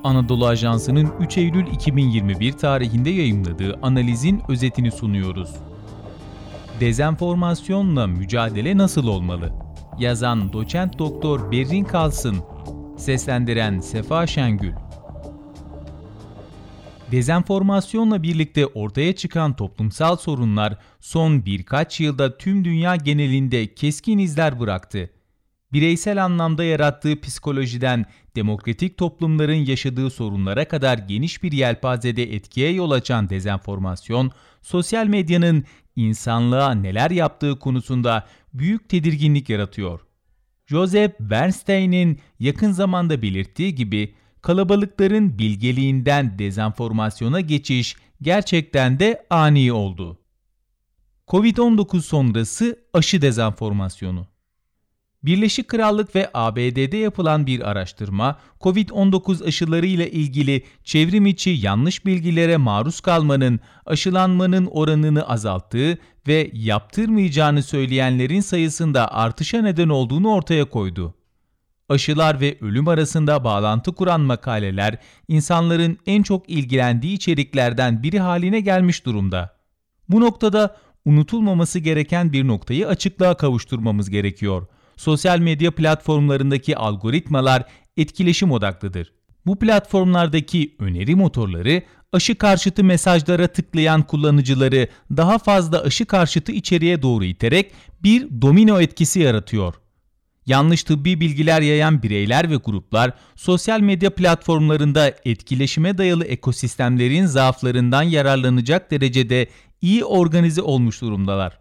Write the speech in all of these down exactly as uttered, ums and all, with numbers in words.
Anadolu Ajansı'nın üç Eylül iki bin yirmi bir tarihinde yayımladığı analizin özetini sunuyoruz. Dezenformasyonla mücadele nasıl olmalı? Yazan Doçent Doktor Berrin Kalsın, seslendiren Sefa Şengül. Dezenformasyonla birlikte ortaya çıkan toplumsal sorunlar son birkaç yılda tüm dünya genelinde keskin izler bıraktı. Bireysel anlamda yarattığı psikolojiden demokratik toplumların yaşadığı sorunlara kadar geniş bir yelpazede etkiye yol açan dezenformasyon, sosyal medyanın insanlığa neler yaptığı konusunda büyük tedirginlik yaratıyor. Joseph Bernstein'in yakın zamanda belirttiği gibi, kalabalıkların bilgeliğinden dezenformasyona geçiş gerçekten de ani oldu. kovid on dokuz sonrası aşı dezenformasyonu. Birleşik Krallık ve A B D'de yapılan bir araştırma, kovid on dokuz aşıları ile ilgili çevrim içi yanlış bilgilere maruz kalmanın, aşılanmanın oranını azalttığı ve yaptırmayacağını söyleyenlerin sayısında artışa neden olduğunu ortaya koydu. Aşılar ve ölüm arasında bağlantı kuran makaleler, insanların en çok ilgilendiği içeriklerden biri haline gelmiş durumda. Bu noktada unutulmaması gereken bir noktayı açıklığa kavuşturmamız gerekiyor. Sosyal medya platformlarındaki algoritmalar etkileşim odaklıdır. Bu platformlardaki öneri motorları, aşı karşıtı mesajlara tıklayan kullanıcıları daha fazla aşı karşıtı içeriğe doğru iterek bir domino etkisi yaratıyor. Yanlış tıbbi bilgiler yayan bireyler ve gruplar, sosyal medya platformlarında etkileşime dayalı ekosistemlerin zaaflarından yararlanacak derecede iyi organize olmuş durumdalar.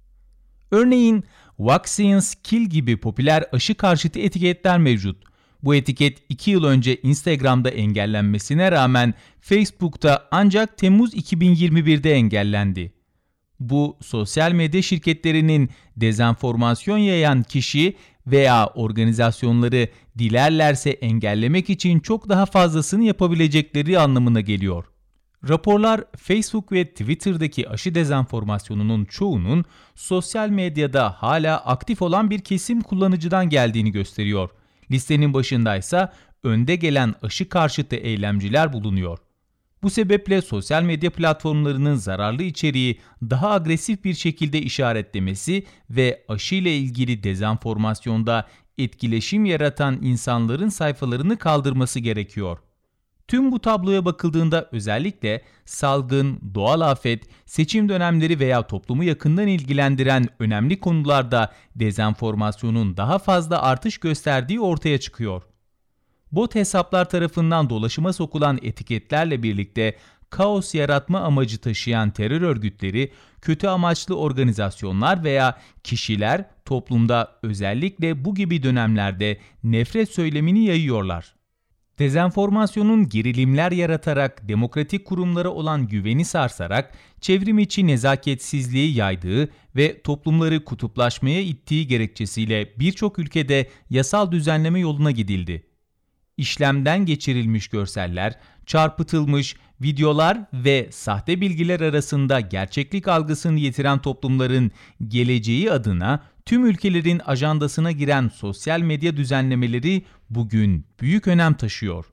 Örneğin, Vaccines Kill gibi popüler aşı karşıtı etiketler mevcut. Bu etiket iki yıl önce Instagram'da engellenmesine rağmen Facebook'ta ancak Temmuz iki bin yirmi birde engellendi. Bu, sosyal medya şirketlerinin dezenformasyon yayan kişi veya organizasyonları dilerlerse engellemek için çok daha fazlasını yapabilecekleri anlamına geliyor. Raporlar, Facebook ve Twitter'daki aşı dezenformasyonunun çoğunun sosyal medyada hala aktif olan bir kesim kullanıcıdan geldiğini gösteriyor. Listenin başındaysa önde gelen aşı karşıtı eylemciler bulunuyor. Bu sebeple sosyal medya platformlarının zararlı içeriği daha agresif bir şekilde işaretlemesi ve aşı ile ilgili dezenformasyonda etkileşim yaratan insanların sayfalarını kaldırması gerekiyor. Tüm bu tabloya bakıldığında özellikle salgın, doğal afet, seçim dönemleri veya toplumu yakından ilgilendiren önemli konularda dezenformasyonun daha fazla artış gösterdiği ortaya çıkıyor. Bot hesaplar tarafından dolaşıma sokulan etiketlerle birlikte kaos yaratma amacı taşıyan terör örgütleri, kötü amaçlı organizasyonlar veya kişiler toplumda özellikle bu gibi dönemlerde nefret söylemini yayıyorlar. Dezenformasyonun gerilimler yaratarak demokratik kurumlara olan güveni sarsarak çevrim içi nezaketsizliği yaydığı ve toplumları kutuplaşmaya ittiği gerekçesiyle birçok ülkede yasal düzenleme yoluna gidildi. İşlemden geçirilmiş görseller, çarpıtılmış videolar ve sahte bilgiler arasında gerçeklik algısını yitiren toplumların geleceği adına tüm ülkelerin ajandasına giren sosyal medya düzenlemeleri bugün büyük önem taşıyor.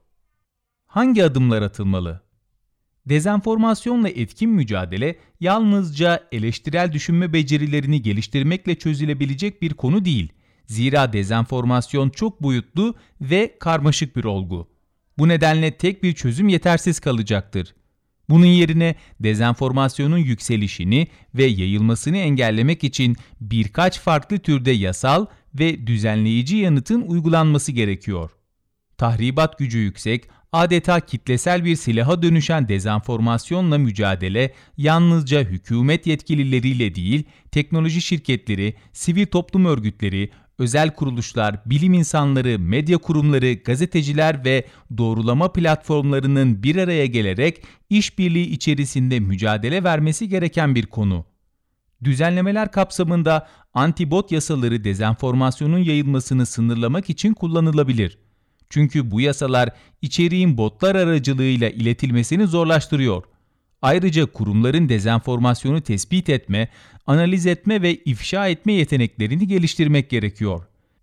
Hangi adımlar atılmalı? Dezenformasyonla etkin mücadele yalnızca eleştirel düşünme becerilerini geliştirmekle çözülebilecek bir konu değil. Zira dezenformasyon çok boyutlu ve karmaşık bir olgu. Bu nedenle tek bir çözüm yetersiz kalacaktır. Bunun yerine dezenformasyonun yükselişini ve yayılmasını engellemek için birkaç farklı türde yasal ve düzenleyici yanıtın uygulanması gerekiyor. Tahribat gücü yüksek, adeta kitlesel bir silaha dönüşen dezenformasyonla mücadele yalnızca hükümet yetkilileriyle değil, teknoloji şirketleri, sivil toplum örgütleri, özel kuruluşlar, bilim insanları, medya kurumları, gazeteciler ve doğrulama platformlarının bir araya gelerek işbirliği içerisinde mücadele vermesi gereken bir konu. Düzenlemeler kapsamında antibot yasaları dezenformasyonun yayılmasını sınırlamak için kullanılabilir. Çünkü bu yasalar içeriğin botlar aracılığıyla iletilmesini zorlaştırıyor. Ayrıca kurumların dezenformasyonu tespit etme, analiz etme ve ifşa etme yeteneklerini geliştirmek gerekiyor.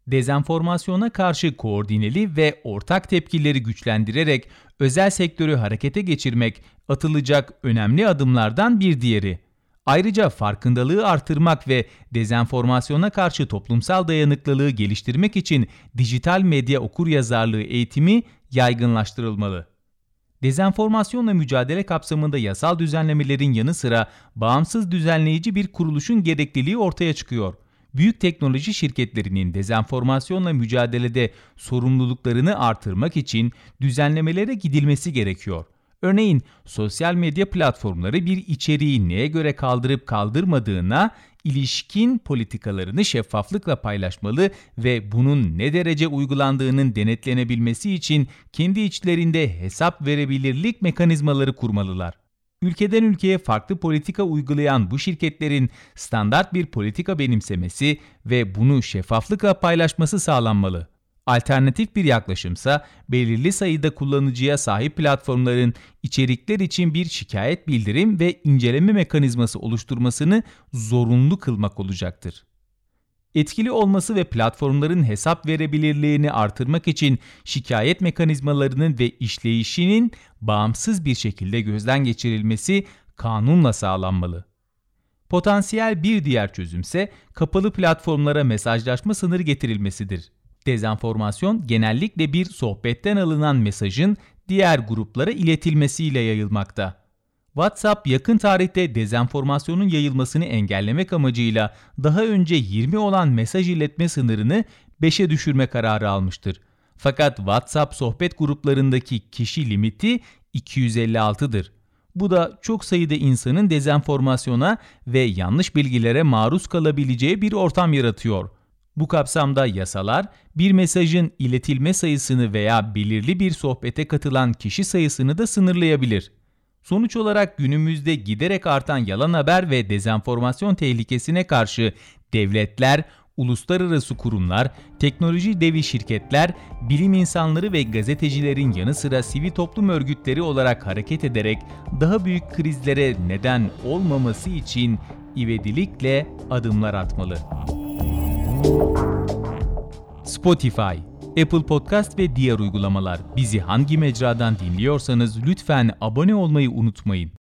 Dezenformasyona karşı koordineli ve ortak tepkileri güçlendirerek özel sektörü harekete geçirmek atılacak önemli adımlardan bir diğeri. Ayrıca farkındalığı artırmak ve dezenformasyona karşı toplumsal dayanıklılığı geliştirmek için dijital medya okuryazarlığı eğitimi yaygınlaştırılmalı. Dezenformasyonla mücadele kapsamında yasal düzenlemelerin yanı sıra bağımsız düzenleyici bir kuruluşun gerekliliği ortaya çıkıyor. Büyük teknoloji şirketlerinin dezenformasyonla mücadelede sorumluluklarını artırmak için düzenlemelere gidilmesi gerekiyor. Örneğin sosyal medya platformları bir içeriği neye göre kaldırıp kaldırmadığına ilişkin politikalarını şeffaflıkla paylaşmalı ve bunun ne derece uygulandığının denetlenebilmesi için kendi içlerinde hesap verebilirlik mekanizmaları kurmalılar. Ülkeden ülkeye farklı politika uygulayan bu şirketlerin standart bir politika benimsemesi ve bunu şeffaflıkla paylaşması sağlanmalı. Alternatif bir yaklaşımsa belirli sayıda kullanıcıya sahip platformların içerikler için bir şikayet bildirim ve inceleme mekanizması oluşturmasını zorunlu kılmak olacaktır. Etkili olması ve platformların hesap verebilirliğini artırmak için şikayet mekanizmalarının ve işleyişinin bağımsız bir şekilde gözden geçirilmesi kanunla sağlanmalı. Potansiyel bir diğer çözümse kapalı platformlara mesajlaşma sınırı getirilmesidir. Dezenformasyon genellikle bir sohbetten alınan mesajın diğer gruplara iletilmesiyle yayılmakta. WhatsApp yakın tarihte dezenformasyonun yayılmasını engellemek amacıyla daha önce yirmi olan mesaj iletme sınırını beşe düşürme kararı almıştır. Fakat WhatsApp sohbet gruplarındaki kişi limiti iki yüz elli altıdır. Bu da çok sayıda insanın dezenformasyona ve yanlış bilgilere maruz kalabileceği bir ortam yaratıyor. Bu kapsamda yasalar, bir mesajın iletilme sayısını veya belirli bir sohbete katılan kişi sayısını da sınırlayabilir. Sonuç olarak günümüzde giderek artan yalan haber ve dezenformasyon tehlikesine karşı devletler, uluslararası kurumlar, teknoloji devi şirketler, bilim insanları ve gazetecilerin yanı sıra sivil toplum örgütleri olarak hareket ederek daha büyük krizlere neden olmaması için ivedilikle adımlar atmalı. Spotify, Apple Podcast ve diğer uygulamalar. Bizi hangi mecradan dinliyorsanız lütfen abone olmayı unutmayın.